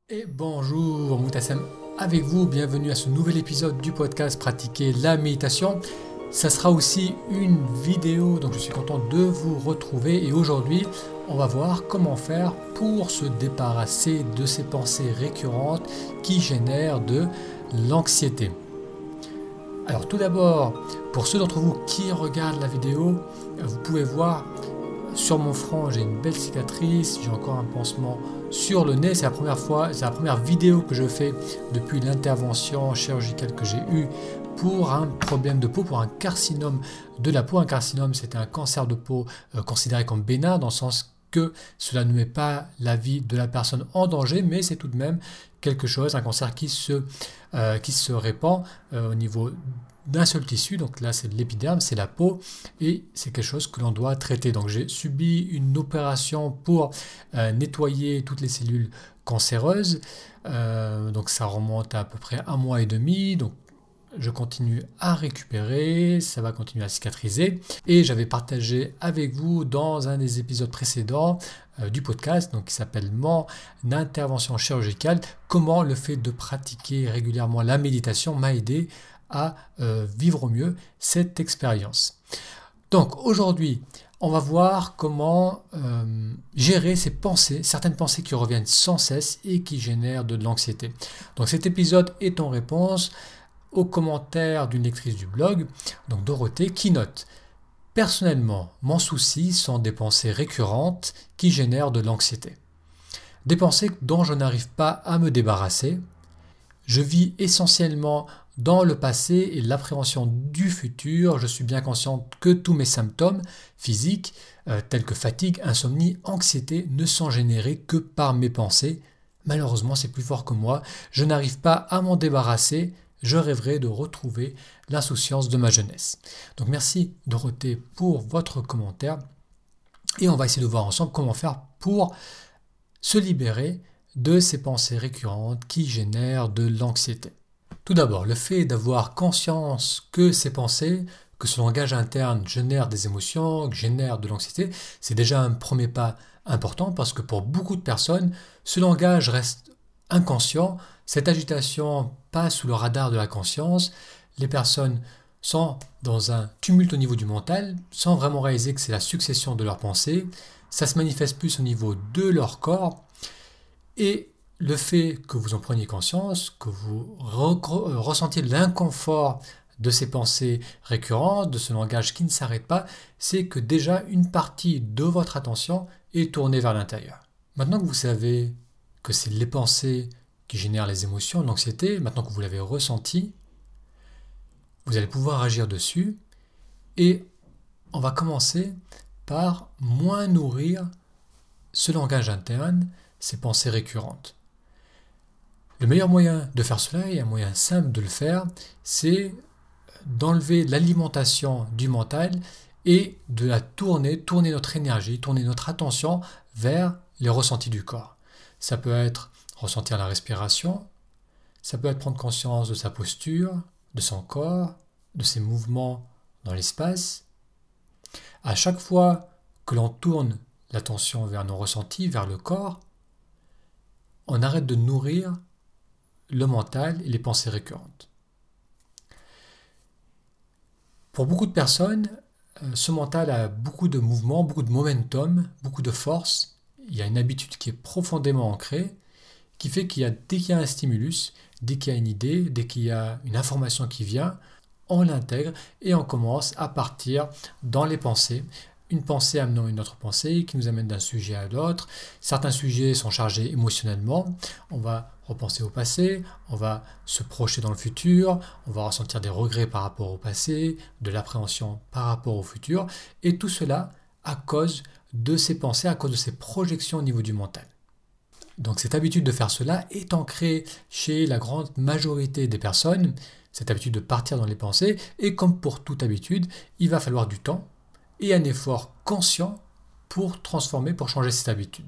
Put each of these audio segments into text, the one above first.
Et bonjour, Moutassem avec vous, bienvenue à ce nouvel épisode du podcast Pratiquer la méditation. Ça sera aussi une vidéo, donc je suis content de vous retrouver et aujourd'hui on va voir comment faire pour se débarrasser de ces pensées récurrentes qui génèrent de l'anxiété. Alors tout d'abord, pour ceux d'entre vous qui regardent la vidéo, vous pouvez voir sur mon front, j'ai une belle cicatrice, j'ai encore un pansement sur le nez. C'est la première vidéo que je fais depuis l'intervention chirurgicale que j'ai eue pour un problème de peau, pour un carcinome de la peau. Un carcinome, c'est un cancer de peau considéré comme bénin, dans le sens que cela ne met pas la vie de la personne en danger, mais c'est tout de même quelque chose, un cancer qui se répand au niveau d'un seul tissu, donc là c'est l'épiderme, c'est la peau, et c'est quelque chose que l'on doit traiter. Donc j'ai subi une opération pour nettoyer toutes les cellules cancéreuses, donc ça remonte à peu près 1 mois et demi, donc je continue à récupérer, ça va continuer à cicatriser, et j'avais partagé avec vous dans un des épisodes précédents du podcast, donc qui s'appelle Mon intervention chirurgicale, comment le fait de pratiquer régulièrement la méditation m'a aidé à vivre au mieux cette expérience. Donc aujourd'hui, on va voir comment gérer ces pensées, certaines pensées qui reviennent sans cesse et qui génèrent de l'anxiété. Donc cet épisode est en réponse aux commentaires d'une lectrice du blog, donc Dorothée, qui note: personnellement, mon souci sont des pensées récurrentes qui génèrent de l'anxiété. Des pensées dont je n'arrive pas à me débarrasser. Je vis essentiellement dans le passé et l'appréhension du futur. Je suis bien consciente que tous mes symptômes physiques, tels que fatigue, insomnie, anxiété, ne sont générés que par mes pensées. Malheureusement, c'est plus fort que moi. Je n'arrive pas à m'en débarrasser. Je rêverais de retrouver l'insouciance de ma jeunesse. Donc merci Dorothée pour votre commentaire. Et on va essayer de voir ensemble comment faire pour se libérer de ces pensées récurrentes qui génèrent de l'anxiété. Tout d'abord, le fait d'avoir conscience que ces pensées, que ce langage interne génère des émotions, génère de l'anxiété, c'est déjà un premier pas important parce que pour beaucoup de personnes, ce langage reste inconscient, cette agitation passe sous le radar de la conscience, les personnes sont dans un tumulte au niveau du mental, sans vraiment réaliser que c'est la succession de leurs pensées, ça se manifeste plus au niveau de leur corps, et le fait que vous en preniez conscience, que vous ressentiez l'inconfort de ces pensées récurrentes, de ce langage qui ne s'arrête pas, c'est que déjà une partie de votre attention est tournée vers l'intérieur. Maintenant que vous savez que c'est les pensées qui génèrent les émotions, l'anxiété, maintenant que vous l'avez ressenti, vous allez pouvoir agir dessus et on va commencer par moins nourrir ce langage interne, ces pensées récurrentes. Le meilleur moyen de faire cela, et un moyen simple de le faire, c'est d'enlever l'alimentation du mental et de la tourner notre énergie, tourner notre attention vers les ressentis du corps. Ça peut être ressentir la respiration, ça peut être prendre conscience de sa posture, de son corps, de ses mouvements dans l'espace. À chaque fois que l'on tourne l'attention vers nos ressentis, vers le corps, on arrête de nourrir le mental et les pensées récurrentes. Pour beaucoup de personnes, ce mental a beaucoup de mouvements, beaucoup de momentum, beaucoup de force. Il y a une habitude qui est profondément ancrée, qui fait dès qu'il y a un stimulus, dès qu'il y a une idée, dès qu'il y a une information qui vient, on l'intègre et on commence à partir dans les pensées. Une pensée amenant une autre pensée qui nous amène d'un sujet à l'autre. Certains sujets sont chargés émotionnellement. On va repenser au passé, on va se projeter dans le futur, on va ressentir des regrets par rapport au passé, de l'appréhension par rapport au futur. Et tout cela à cause de ces pensées, à cause de ces projections au niveau du mental. Donc cette habitude de faire cela est ancrée chez la grande majorité des personnes, cette habitude de partir dans les pensées. Et comme pour toute habitude, il va falloir du temps et un effort conscient pour transformer, pour changer cette habitude.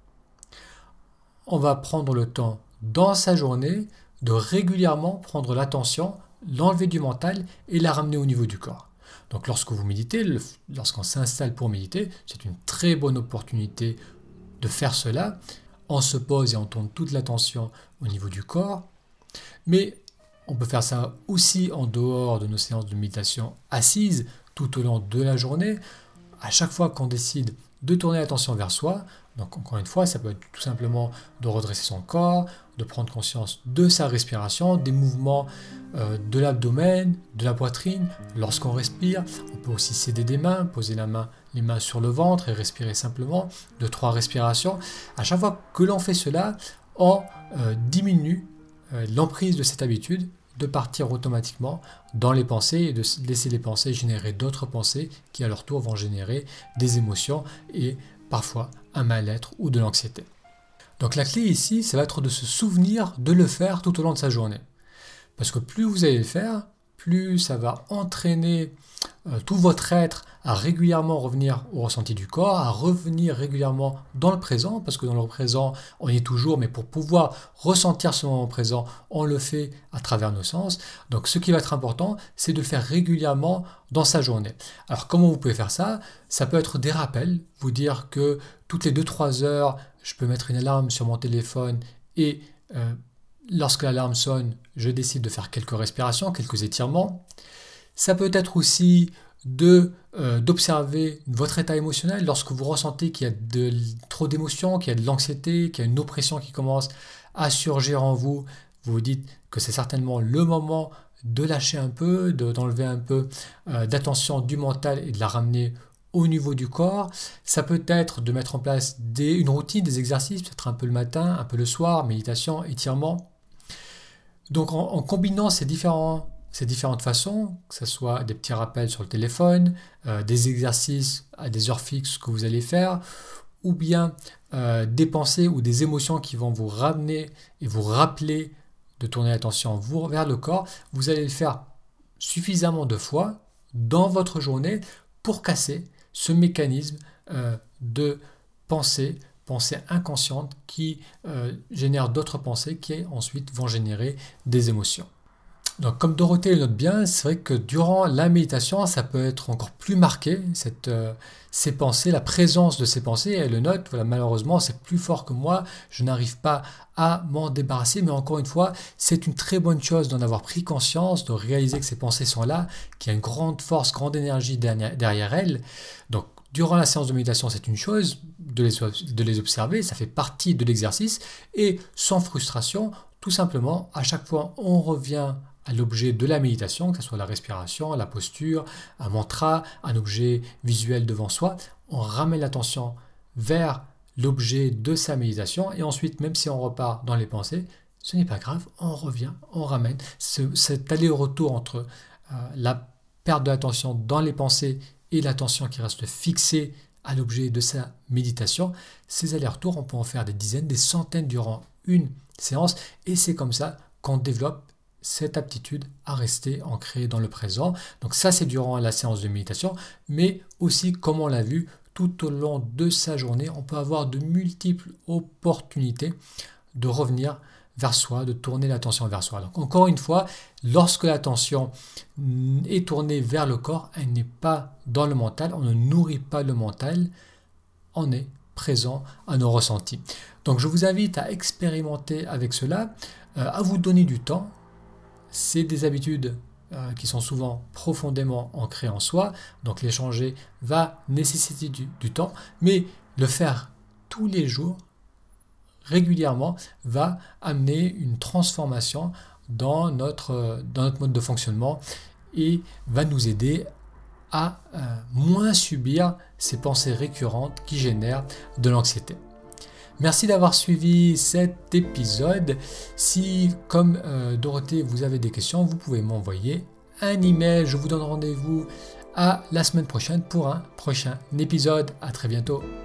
On va prendre le temps dans sa journée de régulièrement prendre l'attention, l'enlever du mental et la ramener au niveau du corps. Donc lorsque vous méditez, lorsqu'on s'installe pour méditer, c'est une très bonne opportunité de faire cela on se pose et on tourne toute l'attention au niveau du corps. Mais on peut faire ça aussi en dehors de nos séances de méditation assises tout au long de la journée. À chaque fois qu'on décide de tourner l'attention vers soi, donc encore une fois, ça peut être tout simplement de redresser son corps, de prendre conscience de sa respiration, des mouvements de l'abdomen, de la poitrine. Lorsqu'on respire, on peut aussi s'aider des mains, poser les mains sur le ventre et respirer simplement, 2-3 respirations. À chaque fois que l'on fait cela, on diminue l'emprise de cette habitude de partir automatiquement dans les pensées et de laisser les pensées générer d'autres pensées qui à leur tour vont générer des émotions et parfois un mal-être ou de l'anxiété. Donc la clé ici, ça va être de se souvenir de le faire tout au long de sa journée. Parce que plus vous allez le faire, plus ça va entraîner tout votre être à régulièrement revenir au ressenti du corps, à revenir régulièrement dans le présent, parce que dans le présent, on y est toujours, mais pour pouvoir ressentir ce moment présent, on le fait à travers nos sens. Donc ce qui va être important, c'est de le faire régulièrement dans sa journée. Alors comment vous pouvez faire ça? Ça peut être des rappels, vous dire que toutes les 2-3 heures, je peux mettre une alarme sur mon téléphone et lorsque l'alarme sonne, je décide de faire quelques respirations, quelques étirements. Ça peut être aussi d'observer votre état émotionnel lorsque vous ressentez qu'il y a trop d'émotions, qu'il y a de l'anxiété, qu'il y a une oppression qui commence à surgir en vous. Vous vous dites que c'est certainement le moment de lâcher un peu, d'enlever un peu d'attention du mental et de la ramener au niveau du corps. Ça peut être de mettre en place une routine, des exercices, peut-être un peu le matin, un peu le soir, méditation, étirement. Donc en combinant ces différentes façons, que ce soit des petits rappels sur le téléphone, des exercices à des heures fixes que vous allez faire, ou bien des pensées ou des émotions qui vont vous ramener et vous rappeler de tourner l'attention vers le corps, vous allez le faire suffisamment de fois dans votre journée pour casser ce mécanisme de pensée inconsciente qui génère d'autres pensées qui ensuite vont générer des émotions. Donc comme Dorothée le note bien, c'est vrai que durant la méditation, ça peut être encore plus marqué, ces pensées, la présence de ces pensées. Elle le note, voilà, malheureusement, c'est plus fort que moi, je n'arrive pas à m'en débarrasser. Mais encore une fois, c'est une très bonne chose d'en avoir pris conscience, de réaliser que ces pensées sont là, qu'il y a une grande force, grande énergie derrière elles. Donc durant la séance de méditation, c'est une chose de les observer, ça fait partie de l'exercice. Et sans frustration, tout simplement, à chaque fois, on revient à l'objet de la méditation, que ce soit la respiration, la posture, un mantra, un objet visuel devant soi. On ramène l'attention vers l'objet de sa méditation et ensuite, même si on repart dans les pensées, ce n'est pas grave, on revient, on ramène. Cet aller-retour entre la perte de l'attention dans les pensées et l'attention qui reste fixée à l'objet de sa méditation, ces allers-retours, on peut en faire des dizaines, des centaines durant une séance et c'est comme ça qu'on développe cette aptitude à rester ancré dans le présent. Donc ça, c'est durant la séance de méditation, mais aussi, comme on l'a vu, tout au long de sa journée, on peut avoir de multiples opportunités de revenir vers soi, de tourner l'attention vers soi. Donc encore une fois, lorsque l'attention est tournée vers le corps, elle n'est pas dans le mental, on ne nourrit pas le mental, on est présent à nos ressentis. Donc je vous invite à expérimenter avec cela, à vous donner du temps. C'est des habitudes qui sont souvent profondément ancrées en soi, donc les changer va nécessiter du temps, mais le faire tous les jours, régulièrement, va amener une transformation dans notre mode de fonctionnement et va nous aider à moins subir ces pensées récurrentes qui génèrent de l'anxiété. Merci d'avoir suivi cet épisode. Si, comme Dorothée, vous avez des questions, vous pouvez m'envoyer un email. Je vous donne rendez-vous à la semaine prochaine pour un prochain épisode. À très bientôt.